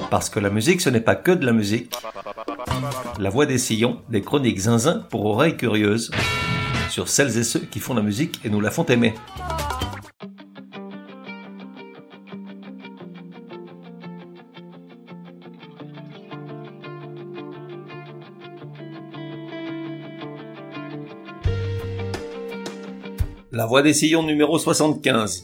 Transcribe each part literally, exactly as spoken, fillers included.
Parce que la musique, ce n'est pas que de la musique. La Voix des Sillons, des chroniques zinzin pour oreilles curieuses, sur celles et ceux qui font la musique et nous la font aimer. La Voix des Sillons numéro soixante-quinze.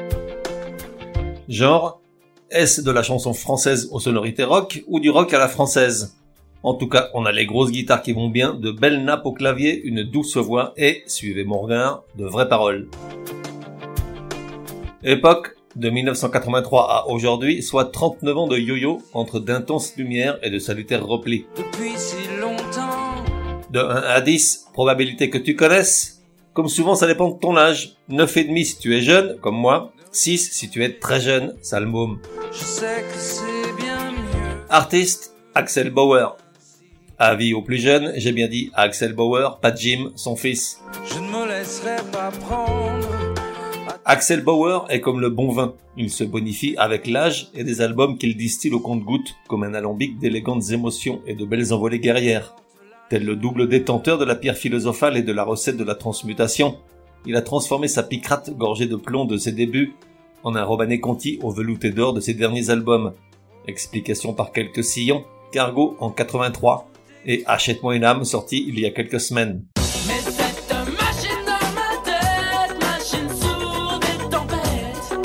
Genre, est-ce de la chanson française aux sonorités rock ou du rock à la française? En tout cas, on a les grosses guitares qui vont bien, de belles nappes au clavier, une douce voix et, suivez mon regard, de vraies paroles. Époque, de mille neuf cent quatre-vingt-trois à aujourd'hui, soit trente-neuf ans de yo-yo entre d'intenses lumières et de salutaires replis. Depuis si longtemps. De un à dix, probabilité que tu connaisses. Comme souvent, ça dépend de ton âge. neuf virgule cinq si tu es jeune, comme moi. six si tu es très jeune, sale môme. Je sais que c'est bien mieux. Artiste, Axel Bauer. Avis aux plus jeunes, j'ai bien dit Axel Bauer, pas Jim, son fils. Je ne me laisserai pas prendre. Axel Bauer est comme le bon vin. Il se bonifie avec l'âge et des albums qu'il distille au compte-gouttes, comme un alambic d'élégantes émotions et de belles envolées guerrières. Tel le double détenteur de la pierre philosophale et de la recette de la transmutation, il a transformé sa picrate gorgée de plomb de ses débuts en un Romané Conti au velouté d'or de ses derniers albums. Explication par quelques sillons, Cargo en quatre-vingt-trois et Achète-moi une âme sorti il y a quelques semaines. Mais cette machine dans ma tête, machine sourde et tempête.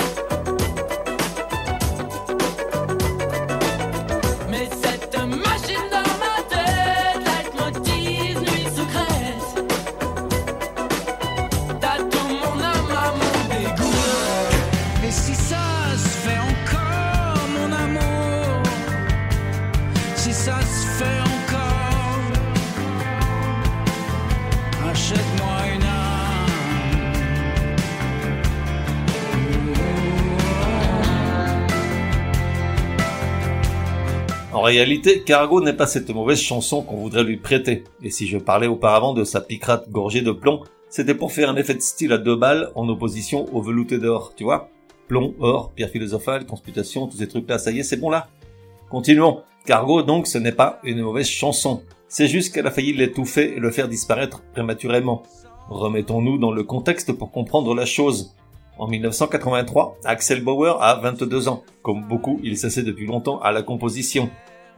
Mais cette machine dans ma tête, leitmotiv, nuit secrète. T'as tout mon âme à mon dégoût. Et si ça se fait encore, mon amour, si ça se fait encore. Achète-moi une âme. En réalité, Cargo n'est pas cette mauvaise chanson qu'on voudrait lui prêter. Et si je parlais auparavant de sa picrate gorgée de plomb, c'était pour faire un effet de style à deux balles en opposition au velouté d'or, tu vois? Plomb, or, pierre philosophale, transmutation, tous ces trucs-là, ça y est, c'est bon là? Continuons. Cargo, donc, ce n'est pas une mauvaise chanson. C'est juste qu'elle a failli l'étouffer et le faire disparaître prématurément. Remettons-nous dans le contexte pour comprendre la chose. En mille neuf cent quatre-vingt-trois, Axel Bauer a vingt-deux ans. Comme beaucoup, il s'essaie depuis longtemps à la composition.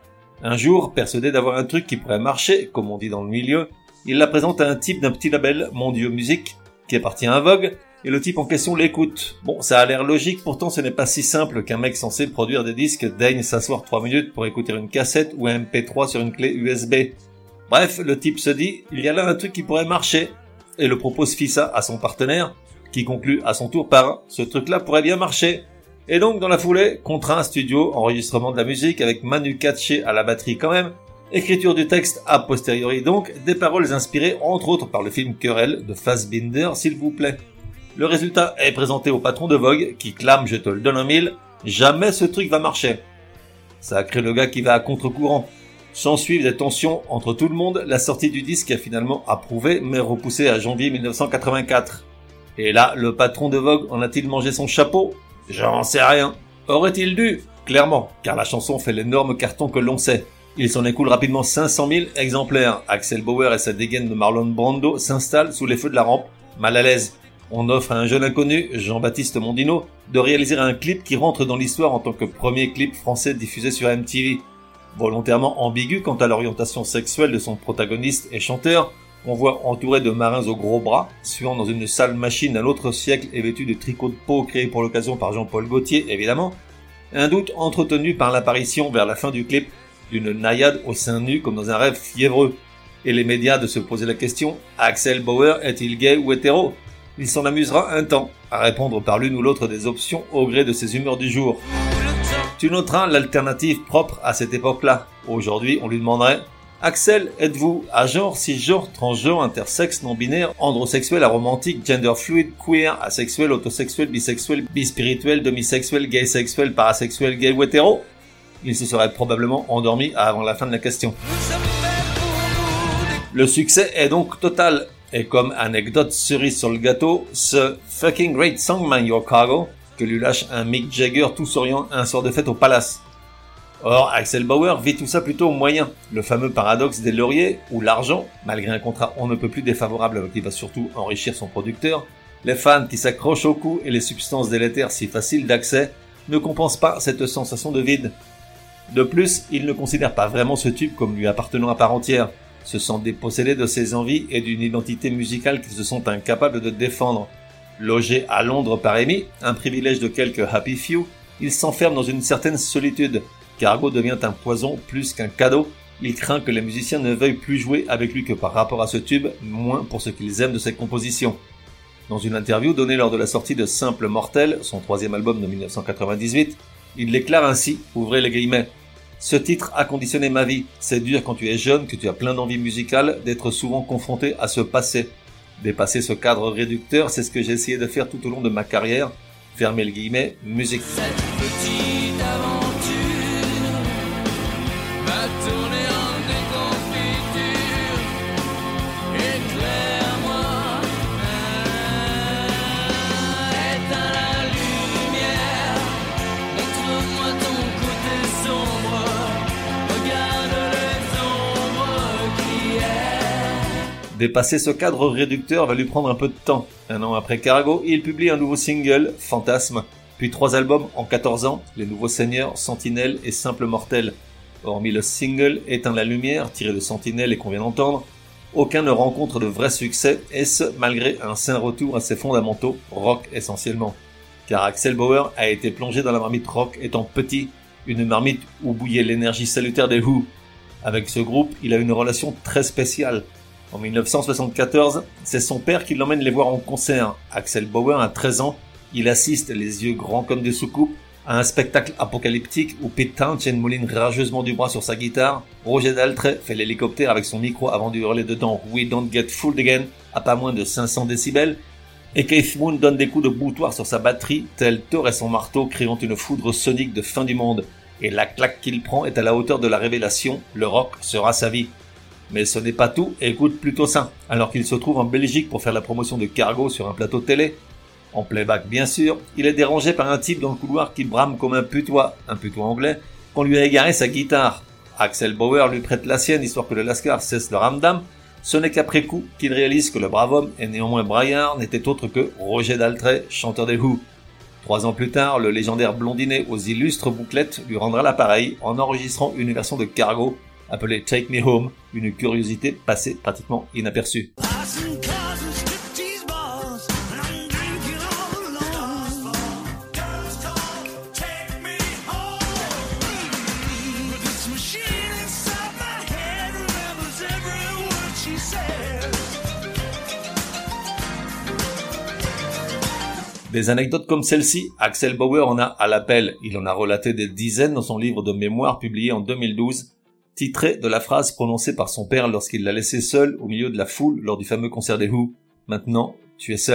Un jour, persuadé d'avoir un truc qui pourrait marcher, comme on dit dans le milieu, il la présente à un type d'un petit label, Mon Dieu Musique, qui appartient à Vogue, et le type en question l'écoute. Bon, ça a l'air logique, pourtant ce n'est pas si simple qu'un mec censé produire des disques daigne s'asseoir trois minutes pour écouter une cassette ou un M P trois sur une clé U S B. Bref, le type se dit, il y a là un truc qui pourrait marcher, et le propose fissa à son partenaire, qui conclut à son tour par, ce truc-là pourrait bien marcher. Et donc, dans la foulée, contrat studio, enregistrement de la musique avec Manu Katché à la batterie quand même, écriture du texte a posteriori donc, des paroles inspirées entre autres par le film Querelle de Fassbinder, s'il vous plaît. Le résultat est présenté au patron de Vogue, qui clame, je te le donne en mille, jamais ce truc va marcher. Ça a créé le gars qui va à contre-courant. S'ensuivent des tensions entre tout le monde, la sortie du disque est finalement approuvée, mais repoussée à janvier mille neuf cent quatre-vingt-quatre. Et là, le patron de Vogue en a-t-il mangé son chapeau? J'en sais rien. Aurait-il dû? Clairement, car la chanson fait l'énorme carton que l'on sait. Il s'en écoule rapidement cinq cent mille exemplaires. Axel Bauer et sa dégaine de Marlon Brando s'installent sous les feux de la rampe, mal à l'aise. On offre à un jeune inconnu, Jean-Baptiste Mondino, de réaliser un clip qui rentre dans l'histoire en tant que premier clip français diffusé sur M T V. Volontairement ambigu quant à l'orientation sexuelle de son protagoniste et chanteur, on voit entouré de marins aux gros bras, suant dans une sale machine d'un autre siècle et vêtu de tricots de peau créés pour l'occasion par Jean-Paul Gaultier, évidemment, un doute entretenu par l'apparition vers la fin du clip d'une naïade au sein nu comme dans un rêve fiévreux. Et les médias de se poser la question, Axel Bauer est-il gay ou hétéro? Il s'en amusera un temps à répondre par l'une ou l'autre des options au gré de ses humeurs du jour. Tu noteras l'alternative propre à cette époque-là. Aujourd'hui, on lui demanderait « Axel, êtes-vous à genre, cisgenre, transgenre, intersexe, non-binaire, androsexuel, aromantique, gender fluid, queer, asexuel, autosexuel, bisexuel, bispirituel, demisexuel, gay sexuel, parasexuel, gay ou hétéro ?» Il se serait probablement endormi avant la fin de la question. Le succès est donc total. Et comme anecdote cerise sur le gâteau, ce « fucking great song man your cargo » que lui lâche un Mick Jagger tout souriant un soir de fête au Palace. Or, Axel Bauer vit tout ça plutôt au moyen, le fameux paradoxe des lauriers, où l'argent, malgré un contrat on ne peut plus défavorable qui va surtout enrichir son producteur, les fans qui s'accrochent au cou et les substances délétères si faciles d'accès, ne compensent pas cette sensation de vide. De plus, il ne considère pas vraiment ce tube comme lui appartenant à part entière, se sent dépossédé de ses envies et d'une identité musicale qu'ils se sont incapables de défendre. Logé à Londres par Amy, un privilège de quelques happy few, il s'enferme dans une certaine solitude. Cargo devient un poison plus qu'un cadeau. Il craint que les musiciens ne veuillent plus jouer avec lui que par rapport à ce tube, moins pour ce qu'ils aiment de ses compositions. Dans une interview donnée lors de la sortie de Simple Mortel, son troisième album de dix-neuf cent quatre-vingt-dix-huit, il déclare ainsi, ouvrez les guillemets, « Ce titre a conditionné ma vie. C'est dur quand tu es jeune, que tu as plein d'envie musicale, d'être souvent confronté à ce passé. Dépasser ce cadre réducteur, c'est ce que j'ai essayé de faire tout au long de ma carrière. » Fermez le guillemet, musique. Cette petite aventure va tourner en déconfiture. Éclaire-moi, éteins la lumière. Montre-moi ton côté sombre. Regarde les ombres qui errent. Dépasser ce cadre réducteur va lui prendre un peu de temps. Un an après Cargo, il publie un nouveau single, Fantasme, puis trois albums en quatorze ans, Les Nouveaux Seigneurs, Sentinelle et Simple Mortel. Hormis le single Éteins la lumière, tiré de Sentinelle et qu'on vient d'entendre, aucun ne rencontre de vrai succès, et ce, malgré un sain retour à ses fondamentaux, rock essentiellement. Car Axel Bauer a été plongé dans la marmite rock étant petit, une marmite où bouillait l'énergie salutaire des Who. Avec ce groupe, il a une relation très spéciale. En dix-neuf cent soixante-quatorze, c'est son père qui l'emmène les voir en concert. Axel Bauer a treize ans, il assiste, les yeux grands comme des soucoupes, à un spectacle apocalyptique où Pete Townshend mouline rageusement du bras sur sa guitare, Roger Daltrey fait l'hélicoptère avec son micro avant de hurler dedans « We don't get fooled again » à pas moins de cinq cents décibels, et Keith Moon donne des coups de boutoir sur sa batterie, tel Thor et son marteau créant une foudre sonique de fin du monde. Et la claque qu'il prend est à la hauteur de la révélation, le rock sera sa vie. Mais ce n'est pas tout, écoute plutôt ça. Alors qu'il se trouve en Belgique pour faire la promotion de Cargo sur un plateau télé, en playback bien sûr, il est dérangé par un type dans le couloir qui brame comme un putois, un putois anglais, qu'on lui a égaré sa guitare. Axel Bauer lui prête la sienne histoire que le lascar cesse le ramdam. Ce n'est qu'après coup qu'il réalise que le brave homme et néanmoins braillard n'était autre que Roger Daltrey, chanteur des Who. Trois ans plus tard, le légendaire blondinet aux illustres bouclettes lui rendra l'appareil en enregistrant une version de Cargo appelée Take Me Home, une curiosité passée pratiquement inaperçue. Des anecdotes comme celle-ci, Axel Bauer en a à l'appel. Il en a relaté des dizaines dans son livre de mémoires publié en deux mille douze, titré de la phrase prononcée par son père lorsqu'il l'a laissé seul au milieu de la foule lors du fameux concert des Who. « Maintenant, tu es seul. »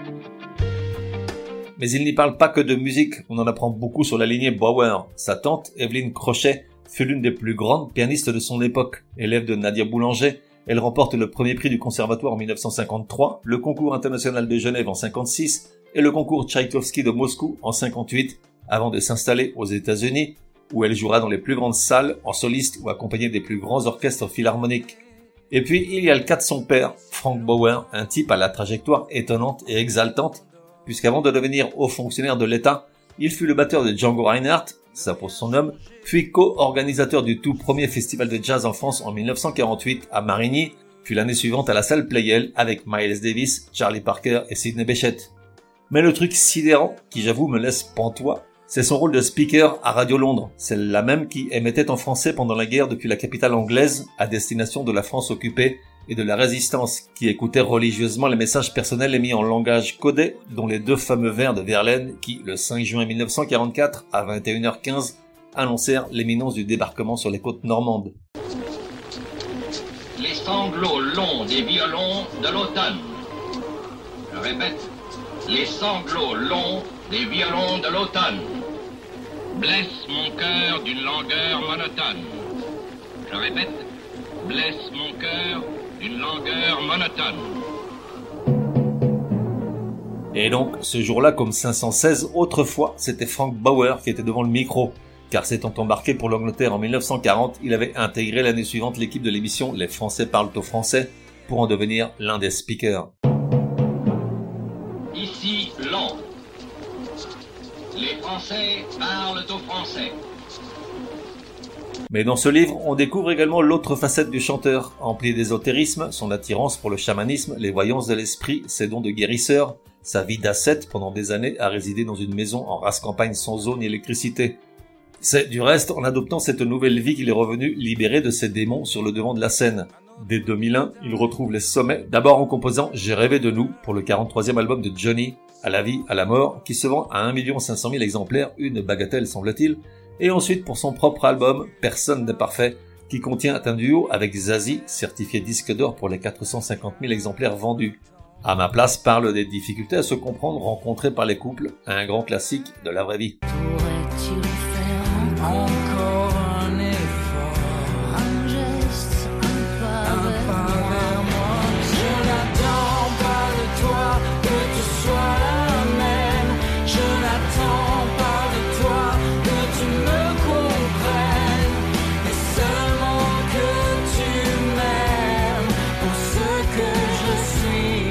Mais il n'y parle pas que de musique, on en apprend beaucoup sur la lignée Bauer. Sa tante, Evelyne Crochet, fut l'une des plus grandes pianistes de son époque. Élève de Nadia Boulanger, elle remporte le premier prix du conservatoire en dix-neuf cent cinquante-trois, le concours international de Genève en cinquante-six et le concours Tchaïkovski de Moscou en cinquante-huit, avant de s'installer aux États-Unis, où elle jouera dans les plus grandes salles, en soliste ou accompagnée des plus grands orchestres philharmoniques. Et puis, il y a le cas de son père, Frank Bauer, un type à la trajectoire étonnante et exaltante, puisqu'avant de devenir haut fonctionnaire de l'État, il fut le batteur de Django Reinhardt, ça pose son nom, puis co-organisateur du tout premier festival de jazz en France en dix-neuf cent quarante-huit à Marigny, puis l'année suivante à la salle Pleyel avec Miles Davis, Charlie Parker et Sidney Bechet. Mais le truc sidérant, qui j'avoue me laisse pantois, c'est son rôle de speaker à Radio Londres, celle-là même qui émettait en français pendant la guerre depuis la capitale anglaise à destination de la France occupée et de la résistance, qui écoutait religieusement les messages personnels émis en langage codé, dont les deux fameux vers de Verlaine qui, le cinq juin mille neuf cent quarante-quatre, à vingt et une heures quinze, annoncèrent l'imminence du débarquement sur les côtes normandes. Les sanglots longs des violons de l'automne. Je répète, les sanglots longs des violons de l'automne blessent mon cœur d'une langueur monotone. Je répète, blessent mon cœur d'une langueur monotone. Et donc, ce jour-là, comme cinq cent seize autres fois, c'était Frank Bauer qui était devant le micro. car s'étant embarqué pour l'Angleterre en mille neuf cent quarante, il avait intégré l'année suivante l'équipe de l'émission Les Français parlent au français pour en devenir l'un des speakers. Ici Londres. Les Français parlent au français. Mais dans ce livre, on découvre également l'autre facette du chanteur, empli d'ésotérisme, son attirance pour le chamanisme, les voyances de l'esprit, ses dons de guérisseur, sa vie d'ascète pendant des années à résider dans une maison en race campagne sans eau ni électricité. C'est du reste en adoptant cette nouvelle vie qu'il est revenu libéré de ses démons sur le devant de la scène. Dès deux mille un, il retrouve les sommets, d'abord en composant « J'ai rêvé de nous » pour le quarante-troisième album de Johnny, à la vie, à la mort, qui se vend à un million cinq cent mille exemplaires, une bagatelle semble-t-il, et ensuite pour son propre album « Personne n'est parfait », qui contient un duo avec Zazie, certifié disque d'or pour les quatre cent cinquante mille exemplaires vendus. À ma place parle des difficultés à se comprendre rencontrées par les couples, un grand classique de la vraie vie. Pourrais-tu faire encore un effort, un geste, un pas, un pas vers moi? Je n'attends pas de toi que tu sois la même. Je n'attends pas de toi que tu me comprennes, mais seulement que tu m'aimes pour ce que je suis.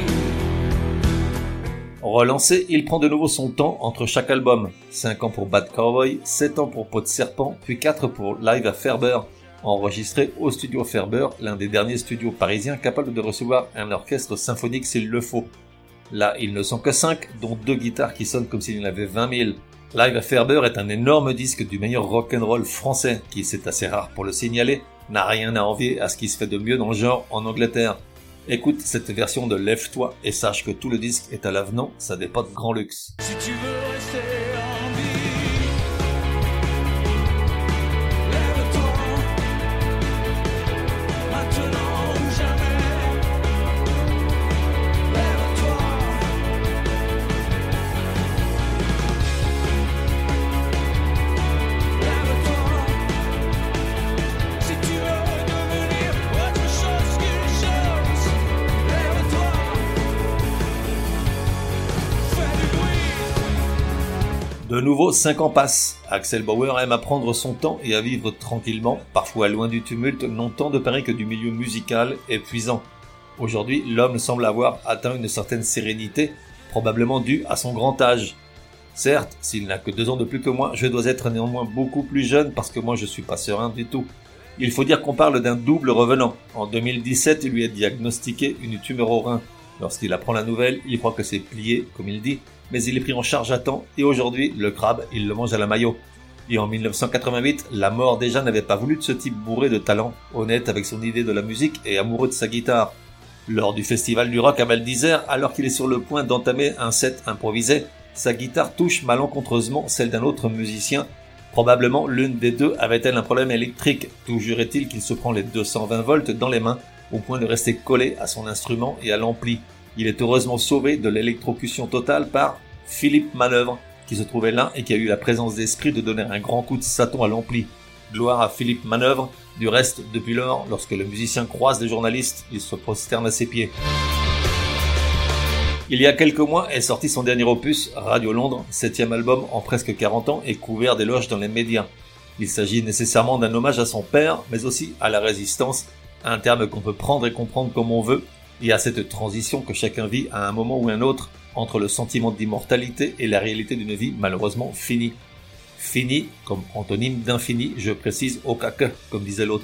Relancé, il prend de nouveau son temps entre chaque album. cinq ans pour Bad Cowboy, sept ans pour Peau de Serpent, puis quatre pour Live à Ferber, enregistré au studio Ferber, l'un des derniers studios parisiens capables de recevoir un orchestre symphonique s'il le faut. Là, ils ne sont que cinq, dont deux guitares qui sonnent comme s'il y en avait vingt mille. Live à Ferber est un énorme disque du meilleur rock'n'roll français, qui, c'est assez rare pour le signaler, n'a rien à envier à ce qui se fait de mieux dans le genre en Angleterre. Écoute cette version de Lève-toi et sache que tout le disque est à l'avenant, ça n'est pas de grand luxe. Si tu veux rester en vie, lève-toi, maintenant ou jamais. Lève-toi, lève-toi. Si tu veux devenir autre chose qu'une chose, lève-toi, fais du bruit. De nouveau, cinq ans passent. Axel Bauer aime à prendre son temps et à vivre tranquillement, parfois loin du tumulte, non tant de Paris que du milieu musical épuisant. Aujourd'hui, l'homme semble avoir atteint une certaine sérénité, probablement due à son grand âge. Certes, s'il n'a que deux ans de plus que moi, je dois être néanmoins beaucoup plus jeune parce que moi je suis pas serein du tout. Il faut dire qu'on parle d'un double revenant. En deux mille dix-sept, il lui est diagnostiqué une tumeur au rein. Lorsqu'il apprend la nouvelle, il croit que c'est plié, comme il dit, mais il est pris en charge à temps et aujourd'hui, le crabe, il le mange à la maillot. Et en mille neuf cent quatre-vingt-huit, la mort déjà n'avait pas voulu de ce type bourré de talent, honnête avec son idée de la musique et amoureux de sa guitare. Lors du festival du rock à Val d'Isère, alors qu'il est sur le point d'entamer un set improvisé, sa guitare touche malencontreusement celle d'un autre musicien. Probablement l'une des deux avait-elle un problème électrique, toujours est-il qu'il se prend les deux cent vingt volts dans les mains, au point de rester collé à son instrument et à l'ampli. Il est heureusement sauvé de l'électrocution totale par Philippe Manœuvre, qui se trouvait là et qui a eu la présence d'esprit de donner un grand coup de sâton à l'ampli. Gloire à Philippe Manœuvre. Du reste, depuis lors, lorsque le musicien croise des journalistes, il se prosterne à ses pieds. Il y a quelques mois est sorti son dernier opus, Radio Londres, septième album en presque quarante ans et couvert d'éloges dans les médias. Il s'agit nécessairement d'un hommage à son père, mais aussi à la résistance, un terme qu'on peut prendre et comprendre comme on veut, et à cette transition que chacun vit à un moment ou un autre entre le sentiment d'immortalité et la réalité d'une vie malheureusement finie. Fini comme antonyme d'infini, je précise au cas que, comme disait l'autre.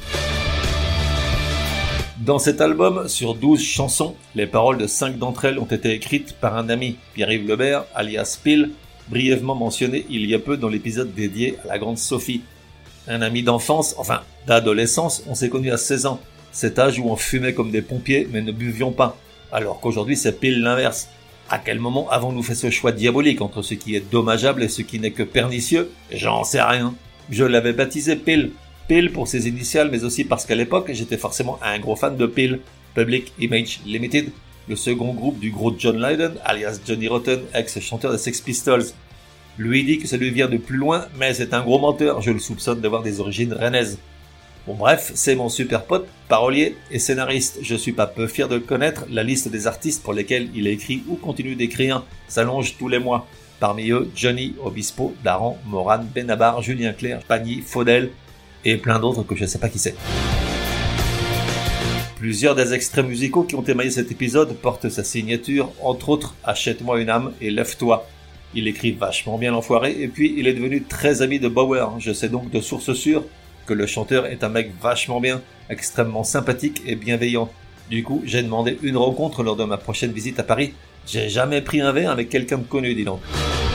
Dans cet album, sur douze chansons, les paroles de cinq d'entre elles ont été écrites par un ami, Pierre-Yves Lebert, alias Pil, brièvement mentionné il y a peu dans l'épisode dédié à la grande Sophie. Un ami d'enfance, enfin d'adolescence, on s'est connus à seize ans, cet âge où on fumait comme des pompiers mais ne buvions pas, alors qu'aujourd'hui c'est pile l'inverse. À quel moment avons-nous fait ce choix diabolique entre ce qui est dommageable et ce qui n'est que pernicieux? J'en sais rien. Je l'avais baptisé Pil. Pil pour ses initiales, mais aussi parce qu'à l'époque, j'étais forcément un gros fan de Pil, Public Image Limited, le second groupe du gros John Lydon, alias Johnny Rotten, ex-chanteur des Sex Pistols. Lui dit que ça lui vient de plus loin, mais c'est un gros menteur, je le soupçonne d'avoir des origines rennaises. Bon bref, c'est mon super pote, parolier et scénariste. Je suis pas peu fier de le connaître, la liste des artistes pour lesquels il a écrit ou continue d'écrire s'allonge tous les mois. Parmi eux, Johnny, Obispo, Daran, Moran, Benabar, Julien Clerc, Pagny, Faudel et plein d'autres que je ne sais pas qui c'est. Plusieurs des extraits musicaux qui ont émaillé cet épisode portent sa signature, entre autres Achète-moi une âme et Lève-toi. Il écrit vachement bien l'enfoiré et puis il est devenu très ami de Bauer. Je sais donc de source sûre que le chanteur est un mec vachement bien, extrêmement sympathique et bienveillant. Du coup, j'ai demandé une rencontre lors de ma prochaine visite à Paris. J'ai jamais pris un verre avec quelqu'un de connu, dis donc.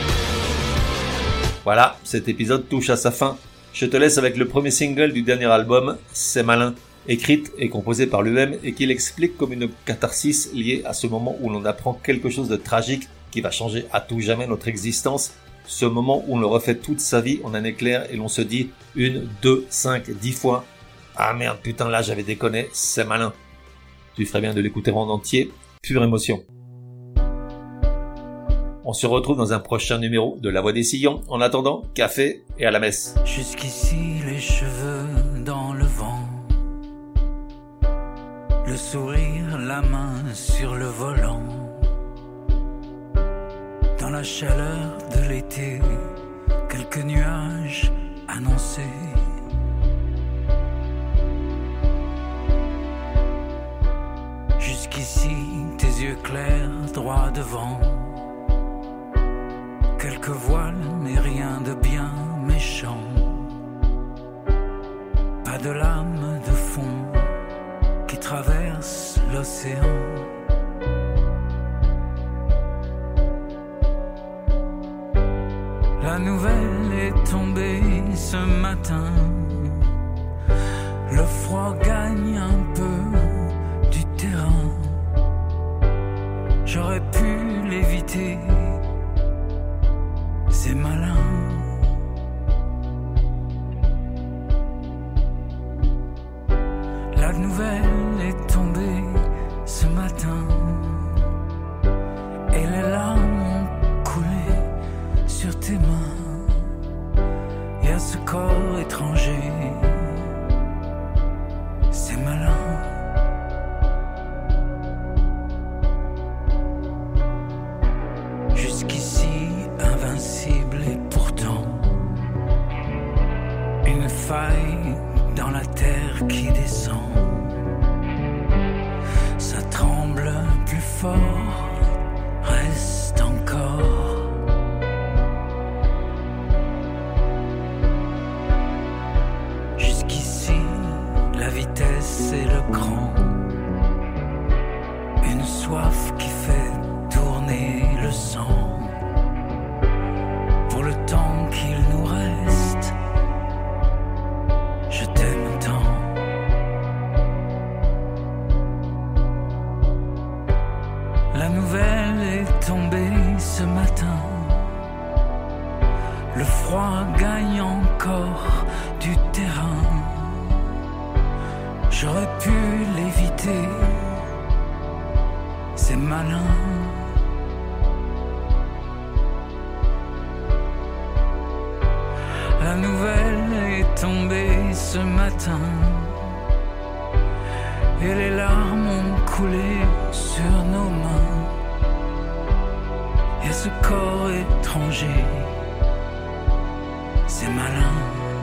Voilà, cet épisode touche à sa fin. Je te laisse avec le premier single du dernier album, C'est malin, écrite et composée par lui-même et qu'il explique comme une catharsis liée à ce moment où l'on apprend quelque chose de tragique qui va changer à tout jamais notre existence. Ce moment où on le refait toute sa vie en un éclair et l'on se dit une, deux, cinq, dix fois « Ah merde, putain, là j'avais déconné, c'est malin ». Tu ferais bien de l'écouter en entier, pure émotion. On se retrouve dans un prochain numéro de La Voix des Sillons. En attendant, café et à la messe. Jusqu'ici les cheveux dans le vent, le sourire, la main sur le volant. Dans la chaleur de l'été, quelques nuages annoncés. Jusqu'ici tes yeux clairs droit devant, quelques voiles mais rien de bien méchant. Pas de lame de fond qui traverse l'océan. La nouvelle est tombée ce matin, le froid gagne un peu du terrain. J'aurais pu l'éviter, c'est malin. La nouvelle est tombée ce matin et les larmes ont coulé sur tes mains. Il y a ce corps étranger, c'est malin. Jusqu'ici invincible et pourtant une faille dans la terre qui descend. Ça tremble plus fort, reste encore. Jusqu'ici la vitesse et le cran, une soif qui fait tourner le sang. Pour le temps qu'il nous reste, je t'aime tant. La nouvelle est tombée ce matin, le froid gagne encore du terrain. J'aurais pu l'éviter, c'est malin. La nouvelle est tombée ce matin et les larmes ont coulé sur nos mains. Et ce corps étranger, c'est malin.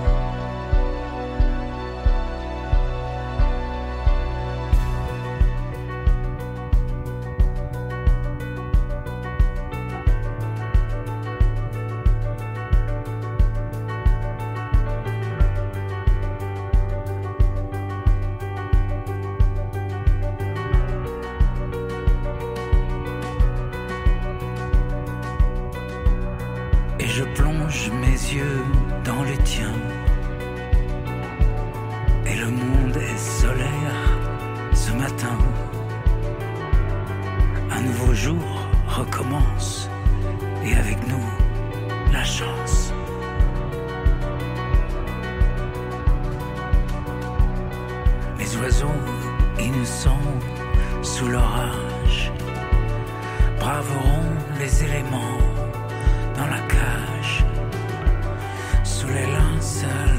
Je plonge mes yeux dans les tiens et le monde est solaire ce matin. Un nouveau jour recommence et avec nous la chance. Les oiseaux innocents sous l'orage braveront les éléments dans la cage, sous les linceuls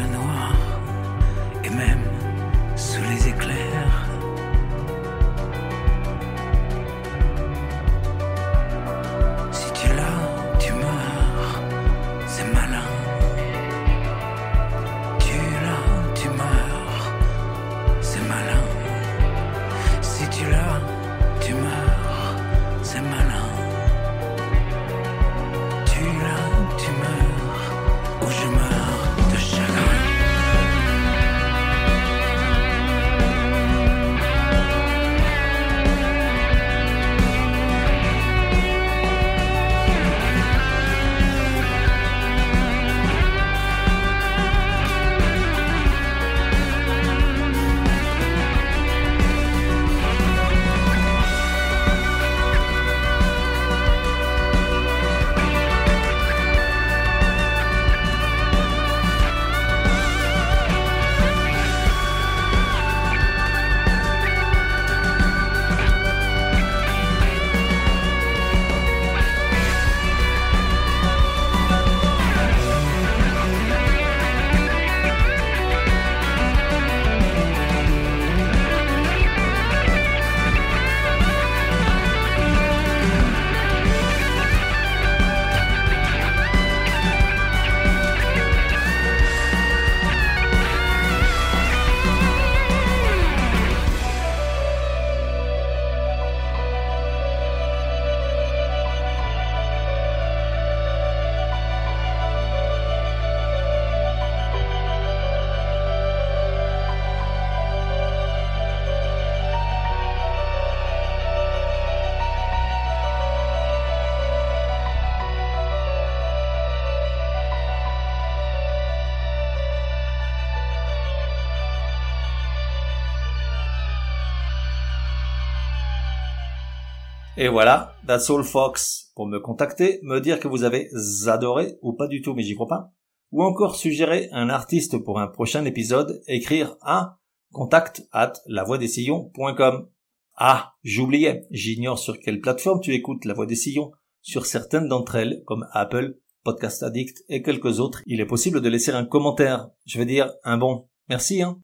Et voilà, that's all folks. Pour me contacter, me dire que vous avez adoré ou pas du tout, mais j'y crois pas. Ou encore suggérer un artiste pour un prochain épisode, écrire à contact at lavoixdesillons point com. Ah, j'oubliais, j'ignore sur quelle plateforme tu écoutes La Voix des Sillons. Sur certaines d'entre elles, comme Apple, Podcast Addict et quelques autres, il est possible de laisser un commentaire. Je veux dire, un bon. Merci, hein.